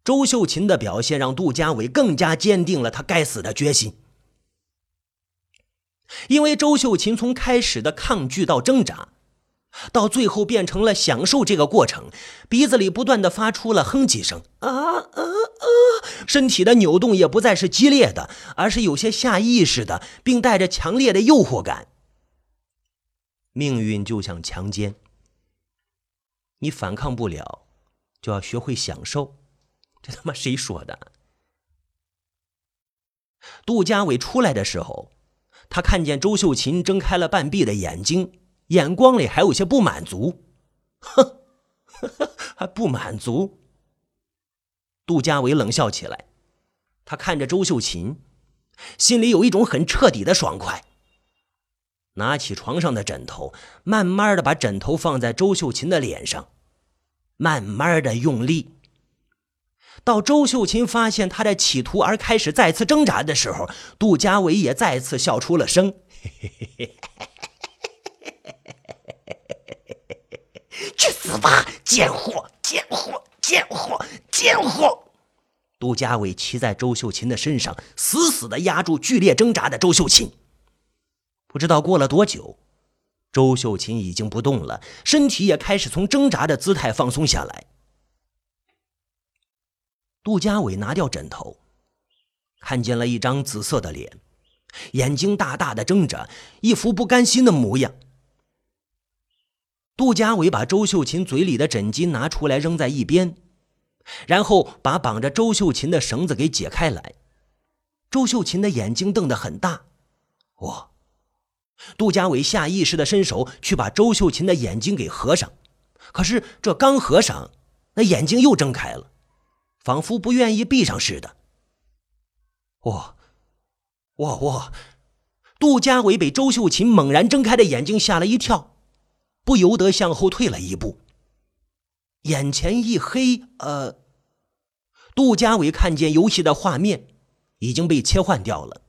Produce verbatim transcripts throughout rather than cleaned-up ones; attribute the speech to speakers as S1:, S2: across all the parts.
S1: 周秀琴的表现让杜家伟更加坚定了他该死的决心。因为周秀琴从开始的抗拒到挣扎，到最后变成了享受这个过程，鼻子里不断地发出了哼唧声，啊啊啊！身体的扭动也不再是激烈的，而是有些下意识的，并带着强烈的诱惑感。命运就像强奸，你反抗不了，就要学会享受。这他妈谁说的？杜家伟出来的时候，他看见周秀琴睁开了半闭的眼睛，眼光里还有些不满足。哼，还不满足？杜家伟冷笑起来，他看着周秀琴，心里有一种很彻底的爽快。拿起床上的枕头，慢慢的把枕头放在周秀琴的脸上，慢慢的用力。到周秀琴发现他在企图而开始再次挣扎的时候，杜家伟也再次笑出了声。去死吧，贱货，贱货，贱货，贱货！杜家伟骑在周秀琴的身上，死死地压住剧烈挣扎的周秀琴。不知道过了多久，周秀琴已经不动了，身体也开始从挣扎的姿态放松下来。杜家伟拿掉枕头，看见了一张紫色的脸，眼睛大大的睁着，一副不甘心的模样。杜家伟把周秀琴嘴里的枕巾拿出来扔在一边，然后把绑着周秀琴的绳子给解开来。周秀琴的眼睛瞪得很大，哇！杜家伟下意识地伸手去把周秀琴的眼睛给合上，可是这刚合上，那眼睛又睁开了，仿佛不愿意闭上似的。哇哇哇！杜家伟被周秀琴猛然睁开的眼睛吓了一跳，不由得向后退了一步，眼前一黑。呃，杜家伟看见游戏的画面已经被切换掉了。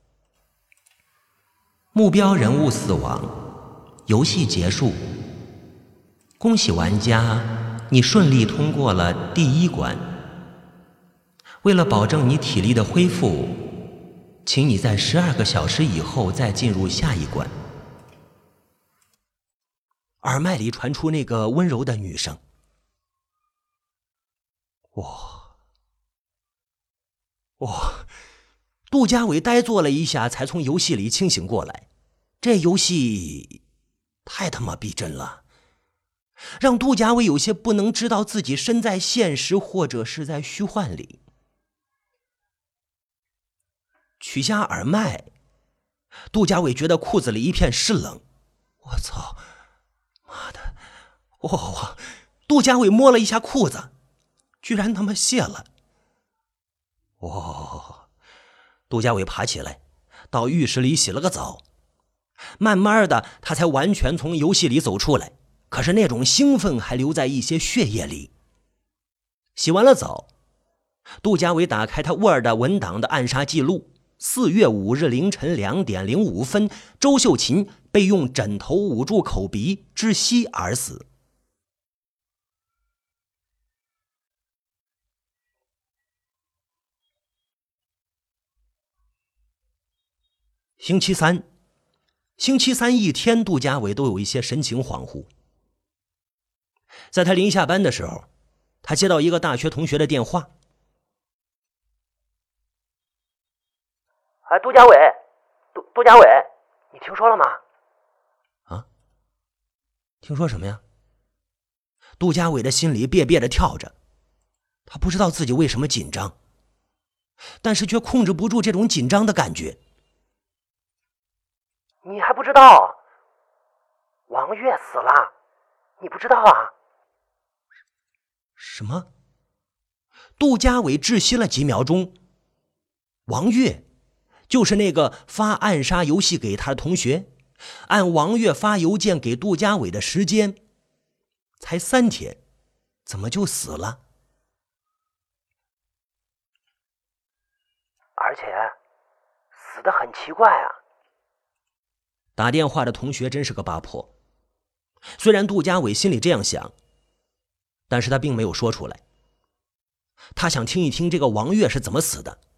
S1: 目标人物死亡，游戏结束。恭喜玩家，你顺利通过了第一关。为了保证你体力的恢复，请你在十二个小时以后再进入下一关。耳麦里传出那个温柔的女声。哇哇！杜家伟呆坐了一下，才从游戏里清醒过来。这游戏太他妈逼真了，让杜家伟有些不能知道自己身在现实或者是在虚幻里。取下耳麦，杜家伟觉得裤子里一片湿冷。我操，妈的！我我，杜家伟摸了一下裤子，居然他妈泄了。哦，杜家伟爬起来，到浴室里洗了个澡。慢慢的，他才完全从游戏里走出来，可是那种兴奋还留在一些血液里。洗完了澡，杜家伟打开他 Word 文档的暗杀记录。四月五日凌晨两点零五分，周秀琴被用枕头捂住口鼻，窒息而死。星期三，星期三一天，杜家伟都有一些神情恍惚。在他临下班的时候，他接到一个大学同学的电话。
S2: 哎，杜家伟，杜杜家伟，你听说了吗？
S1: 啊？听说什么呀？杜家伟的心里别别的跳着，他不知道自己为什么紧张，但是却控制不住这种紧张的感觉。
S2: 你还不知道？王月死了，你不知道啊？
S1: 什么？杜家伟窒息了几秒钟。王月就是那个发暗杀游戏给他的同学，按王月发邮件给杜家伟的时间才三天，怎么就死了？
S2: 而且死得很奇怪啊。
S1: 打电话的同学真是个八婆。虽然杜家伟心里这样想，但是他并没有说出来。 他想听一听这个王月是怎么死的。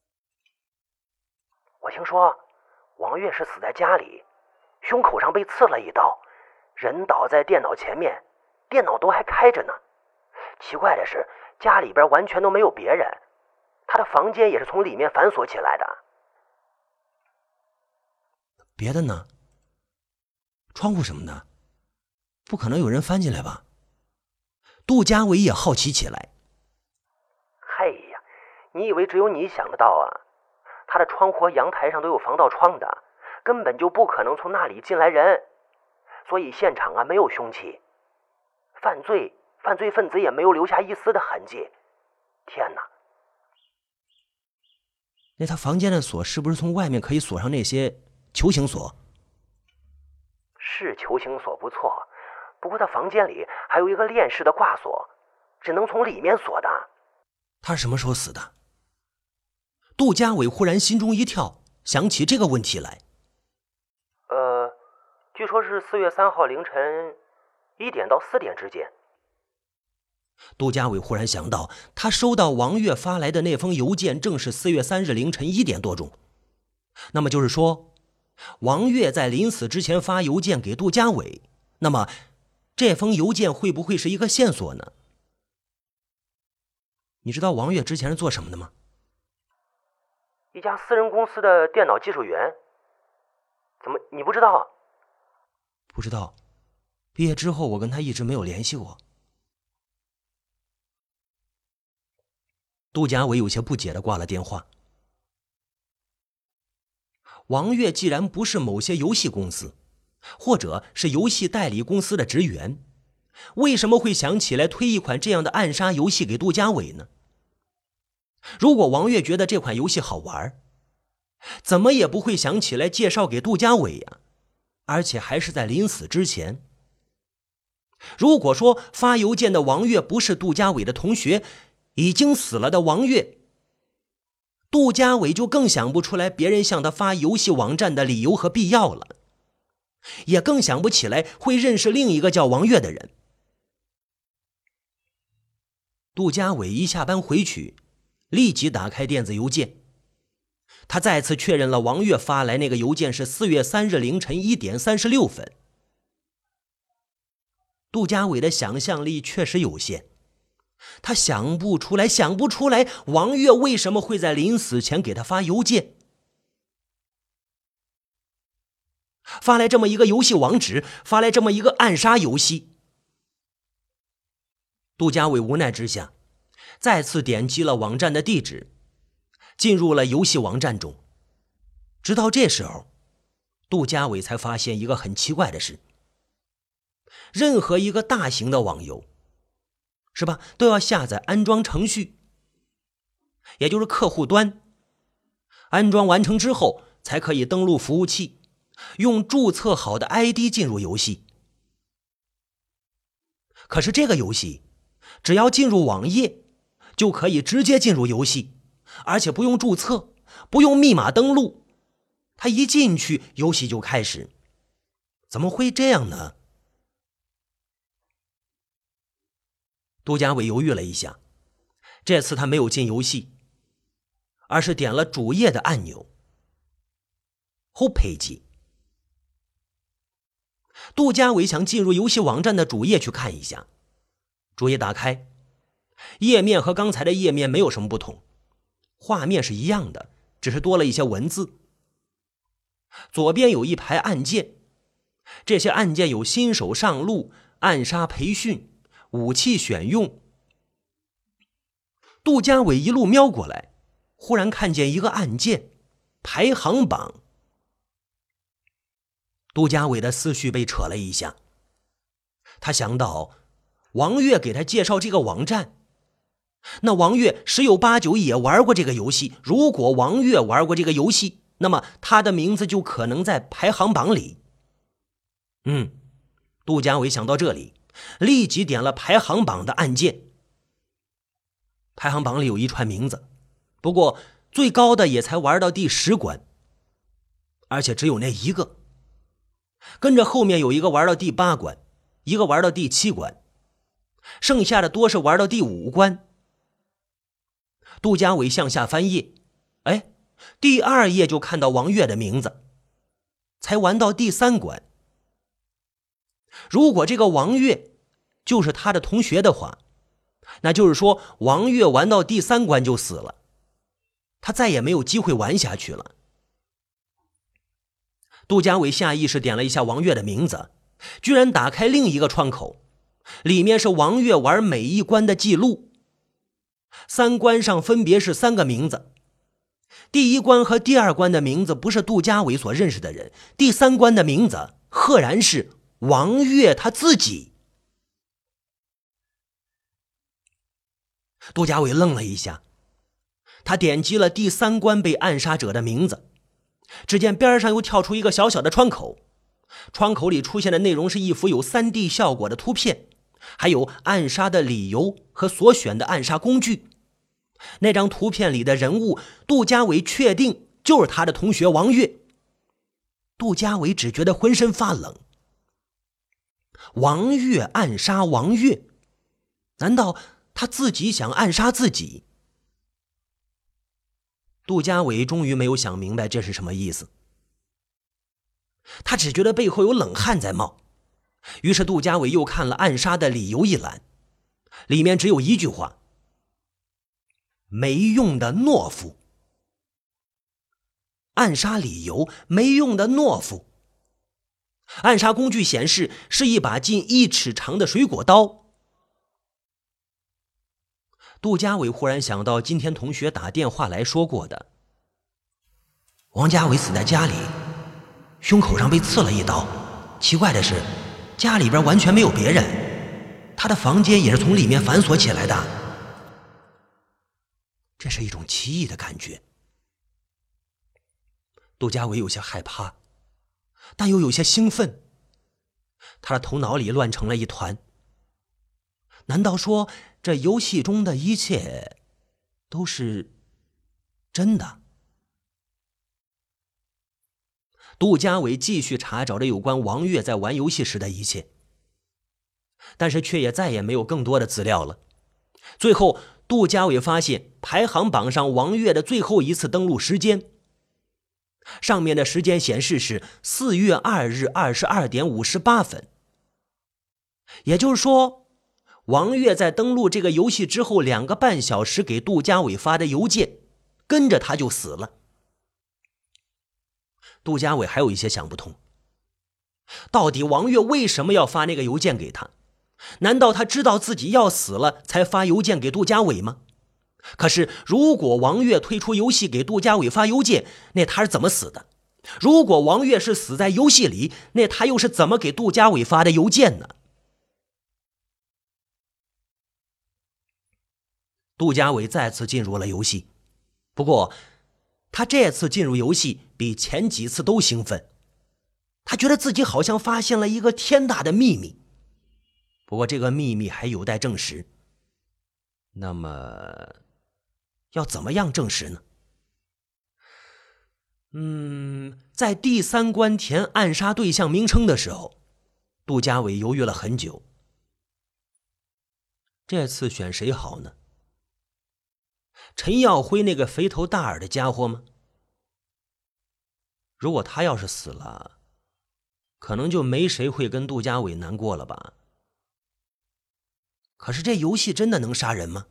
S2: 我听说王月是死在家里，胸口上被刺了一刀，人倒在电脑前面，电脑都还开着呢。奇怪的是，家里边完全都没有别人，他的房间也是从里面反锁起来的。
S1: 别的呢？窗户什么的，不可能有人翻进来吧？杜家伟也好奇起来。
S2: 嘿呀，你以为只有你想得到啊？他的窗户和阳台上都有防盗窗的，根本就不可能从那里进来人，所以现场啊没有凶器，犯罪犯罪分子也没有留下一丝的痕迹。天哪！
S1: 那他房间的锁是不是从外面可以锁上那些球形锁？
S2: 是球形锁不错，不过他房间里还有一个链式的挂锁，只能从里面锁的。
S1: 他是什么时候死的？杜家伟忽然心中一跳，想起这个问题来。
S2: 呃，据说是四月三号凌晨一点到四点之间。
S1: 杜家伟忽然想到，他收到王月发来的那封邮件正是四月三日凌晨一点多钟。那么就是说，王月在临死之前发邮件给杜家伟，那么这封邮件会不会是一个线索呢？你知道王月之前是做什么的吗？
S2: 一家私人公司的电脑技术员。怎么你不知道啊？
S1: 不知道，毕业之后我跟他一直没有联系过。杜家伟有些不解地挂了电话。王月既然不是某些游戏公司，或者是游戏代理公司的职员，为什么会想起来推一款这样的暗杀游戏给杜家伟呢？如果王月觉得这款游戏好玩，怎么也不会想起来介绍给杜家伟呀，而且还是在临死之前。如果说发邮件的王月不是杜家伟的同学，已经死了的王月，杜家伟就更想不出来别人向他发游戏网站的理由和必要了，也更想不起来会认识另一个叫王月的人。杜家伟一下班回去，立即打开电子邮件，他再次确认了王月发来那个邮件是四月三日凌晨一点三十六分。杜家伟的想象力确实有限，他想不出来，想不出来王月为什么会在临死前给他发邮件，发来这么一个游戏网址，发来这么一个暗杀游戏。杜家伟无奈之下，再次点击了网站的地址，进入了游戏网站中。直到这时候，杜家伟才发现一个很奇怪的事：任何一个大型的网游，是吧，都要下载安装程序，也就是客户端。安装完成之后，才可以登录服务器，用注册好的 I D 进入游戏。可是这个游戏，只要进入网页，就可以直接进入游戏，而且不用注册，不用密码登录，他一进去，游戏就开始。怎么会这样呢？杜家伟犹豫了一下，这次他没有进游戏，而是点了主页的按钮 Homepage。 杜家伟想进入游戏网站的主页去看一下。主页打开，页面和刚才的页面没有什么不同，画面是一样的，只是多了一些文字。左边有一排按键，这些按键有新手上路、暗杀培训、武器选用。杜家伟一路瞄过来，忽然看见一个按键，排行榜。杜家伟的思绪被扯了一下，他想到王月给他介绍这个网站，那王月十有八九也玩过这个游戏，如果王月玩过这个游戏，那么他的名字就可能在排行榜里。嗯，杜家伟想到这里，立即点了排行榜的按键。排行榜里有一串名字，不过最高的也才玩到第十关，而且只有那一个。跟着后面有一个玩到第八关，一个玩到第七关，剩下的多是玩到第五关。 杜家伟向下翻页，哎，第二页就看到王月的名字，才玩到第三关。如果这个王月就是他的同学的话，那就是说王月玩到第三关就死了，他再也没有机会玩下去了。杜家伟下意识点了一下王月的名字，居然打开另一个窗口，里面是王月玩每一关的记录。三关上分别是三个名字，第一关和第二关的名字不是杜家伟所认识的人，第三关的名字赫然是王月他自己。杜家伟愣了一下，他点击了第三关被暗杀者的名字，只见边上又跳出一个小小的窗口，窗口里出现的内容是一幅有 三 D 效果的图片，还有暗杀的理由和所选的暗杀工具。那张图片里的人物，杜家伟确定就是他的同学王月。杜家伟只觉得浑身发冷。王月暗杀王月，难道他自己想暗杀自己？杜家伟终于没有想明白这是什么意思，他只觉得背后有冷汗在冒。于是杜家伟又看了暗杀的理由一栏，里面只有一句话：没用的懦夫。暗杀理由：没用的懦夫。暗杀工具显示是一把近一尺长的水果刀。杜家伟忽然想到今天同学打电话来说过的，王家伟死在家里，胸口上被刺了一刀，奇怪的是家里边完全没有别人，他的房间也是从里面反锁起来的。这是一种奇异的感觉。杜家伟有些害怕，但又有些兴奋，他的头脑里乱成了一团。难道说这游戏中的一切都是真的？杜家伟继续查找着有关王月在玩游戏时的一切，但是却也再也没有更多的资料了。最后杜家伟发现排行榜上王月的最后一次登录时间，上面的时间显示是四月二日二十二点五十八分。也就是说，王月在登录这个游戏之后两个半小时给杜家伟发的邮件，跟着他就死了。杜家伟还有一些想不通，到底王月为什么要发那个邮件给他？难道他知道自己要死了才发邮件给杜家伟吗？可是如果王月退出游戏给杜家伟发邮件，那他是怎么死的？如果王月是死在游戏里，那他又是怎么给杜家伟发的邮件呢？杜家伟再次进入了游戏，不过他这次进入游戏比前几次都兴奋，他觉得自己好像发现了一个天大的秘密。不过这个秘密还有待证实。那么要怎么样证实呢？嗯，在第三关填暗杀对象名称的时候，杜家伟犹豫了很久。这次选谁好呢？陈耀辉那个肥头大耳的家伙吗？如果他要是死了，可能就没谁会跟杜家伟难过了吧。可是这游戏真的能杀人吗？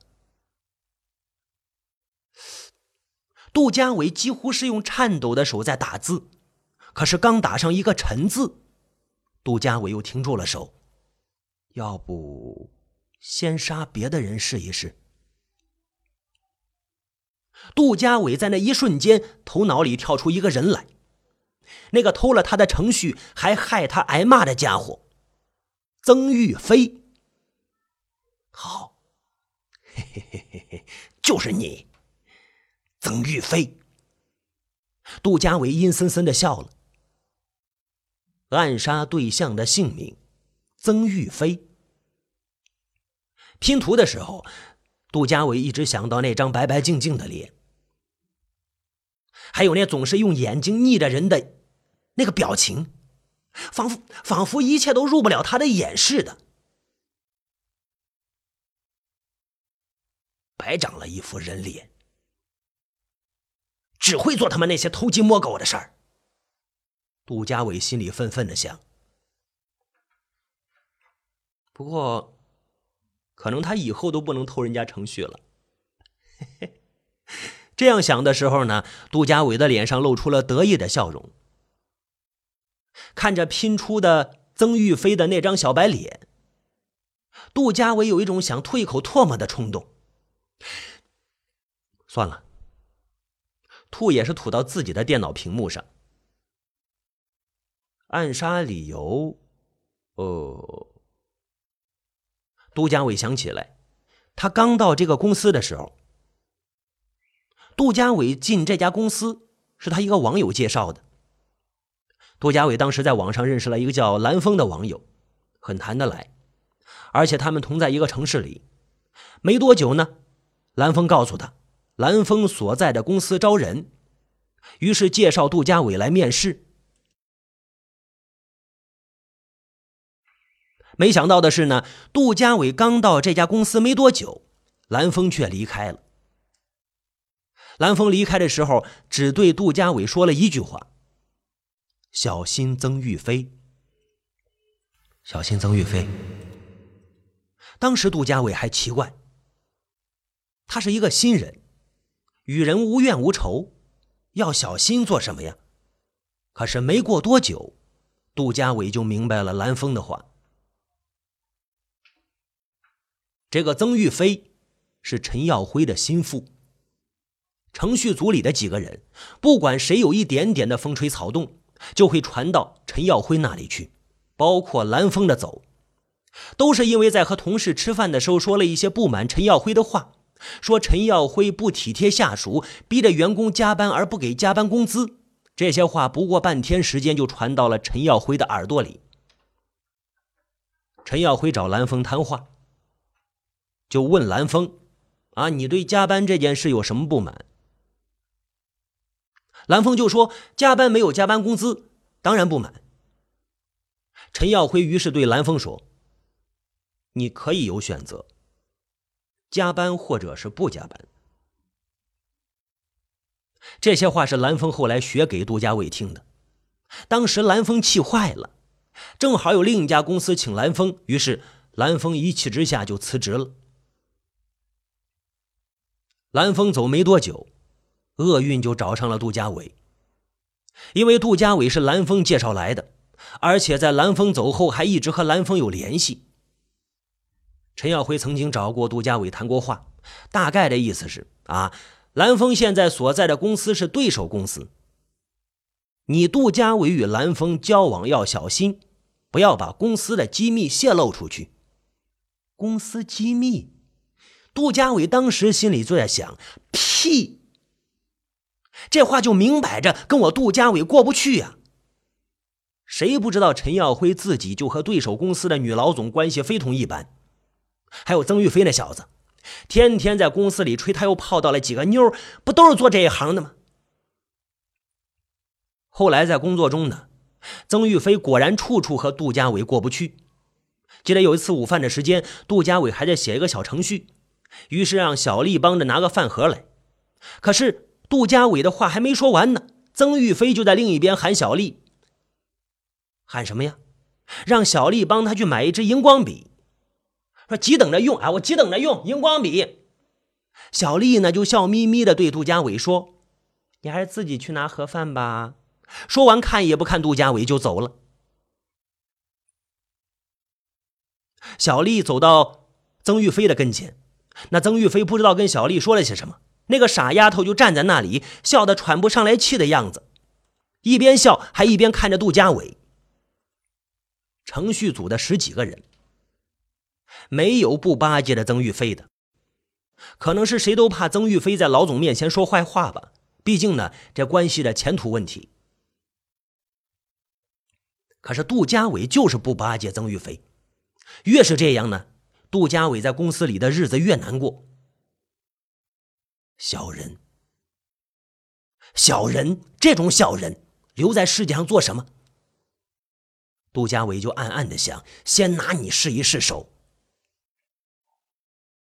S1: 杜家伟几乎是用颤抖的手在打字，可是刚打上一个陈字，杜家伟又停住了手。要不先杀别的人试一试？杜家伟在那一瞬间头脑里跳出一个人来，那个偷了他的程序还害他挨骂的家伙，曾玉飞。好，嘿嘿嘿嘿嘿，就是你，曾玉飞。杜家伟阴森森地笑了。暗杀对象的姓名曾玉飞。拼图的时候，杜家伟一直想到那张白白净净的脸，还有那总是用眼睛睨着人的那个表情，仿佛仿佛一切都入不了他的眼似的。白长了一副人脸， 只会做他们那些偷鸡摸狗的事儿。杜家伟心里愤愤地想。不过，可能他以后都不能偷人家程序了。嘿嘿，这样想的时候呢，杜家伟的脸上露出了得意的笑容。看着拼出的曾玉飞的那张小白脸，杜家伟有一种想吐一口唾沫的冲动。算了，吐也是吐到自己的电脑屏幕上。暗杀理由，哦，杜家伟想起来，他刚到这个公司的时候，杜家伟进这家公司是他一个网友介绍的。杜家伟当时在网上认识了一个叫蓝峰的网友，很谈得来，而且他们同在一个城市里。没多久呢，蓝峰告诉他，蓝峰所在的公司招人，于是介绍杜家伟来面试。没想到的是呢，杜家伟刚到这家公司没多久，蓝峰却离开了。蓝峰离开的时候，只对杜家伟说了一句话：小心曾玉飞。小心曾玉飞。当时杜家伟还奇怪，他是一个新人，与人无怨无仇，要小心做什么呀？可是没过多久，杜家伟就明白了蓝峰的话。这个曾玉飞是陈耀辉的心腹，程序组里的几个人，不管谁有一点点的风吹草动，就会传到陈耀辉那里去，包括蓝峰的走，都是因为在和同事吃饭的时候说了一些不满陈耀辉的话，说陈耀辉不体贴下属，逼着员工加班而不给加班工资，这些话不过半天时间就传到了陈耀辉的耳朵里。陈耀辉找蓝峰谈话，就问蓝峰啊，你对加班这件事有什么不满？蓝峰就说加班没有加班工资，当然不满。陈耀辉于是对蓝峰说，你可以有选择，加班或者是不加班。这些话是蓝峰后来学给杜家伟听的。当时蓝峰气坏了，正好有另一家公司请蓝峰，于是蓝峰一气之下就辞职了。蓝峰走没多久，厄运就找上了杜家伟。因为杜家伟是蓝峰介绍来的，而且在蓝峰走后还一直和蓝峰有联系。陈耀辉曾经找过杜家伟谈过话，大概的意思是啊，蓝峰现在所在的公司是对手公司，你杜家伟与蓝峰交往要小心，不要把公司的机密泄露出去。公司机密？杜家伟当时心里就在想，屁，这话就明摆着跟我杜家伟过不去呀、啊。谁不知道陈耀辉自己就和对手公司的女老总关系非同一般，还有曾玉飞那小子，天天在公司里吹他又泡到了几个妞，不都是做这一行的吗？后来在工作中呢，曾玉飞果然处处和杜家伟过不去。记得有一次午饭的时间，杜家伟还在写一个小程序，于是让小丽帮着拿个饭盒来。可是杜家伟的话还没说完呢，曾玉飞就在另一边喊小丽。喊什么呀？让小丽帮他去买一支荧光笔，说急等着用啊，我急等着用荧光笔。小丽呢就笑眯眯的对杜家伟说，你还是自己去拿盒饭吧。说完看也不看杜家伟就走了。小丽走到曾玉飞的跟前，那曾玉飞不知道跟小丽说了些什么，那个傻丫头就站在那里，笑得喘不上来气的样子，一边笑还一边看着杜家伟。程序组的十几个人，没有不巴结的曾玉飞的，可能是谁都怕曾玉飞在老总面前说坏话吧，毕竟呢，这关系的前途问题。可是杜家伟就是不巴结曾玉飞，越是这样呢，杜家伟在公司里的日子越难过。小人，小人，这种小人留在世界上做什么？杜家伟就暗暗地想，先拿你试一试手。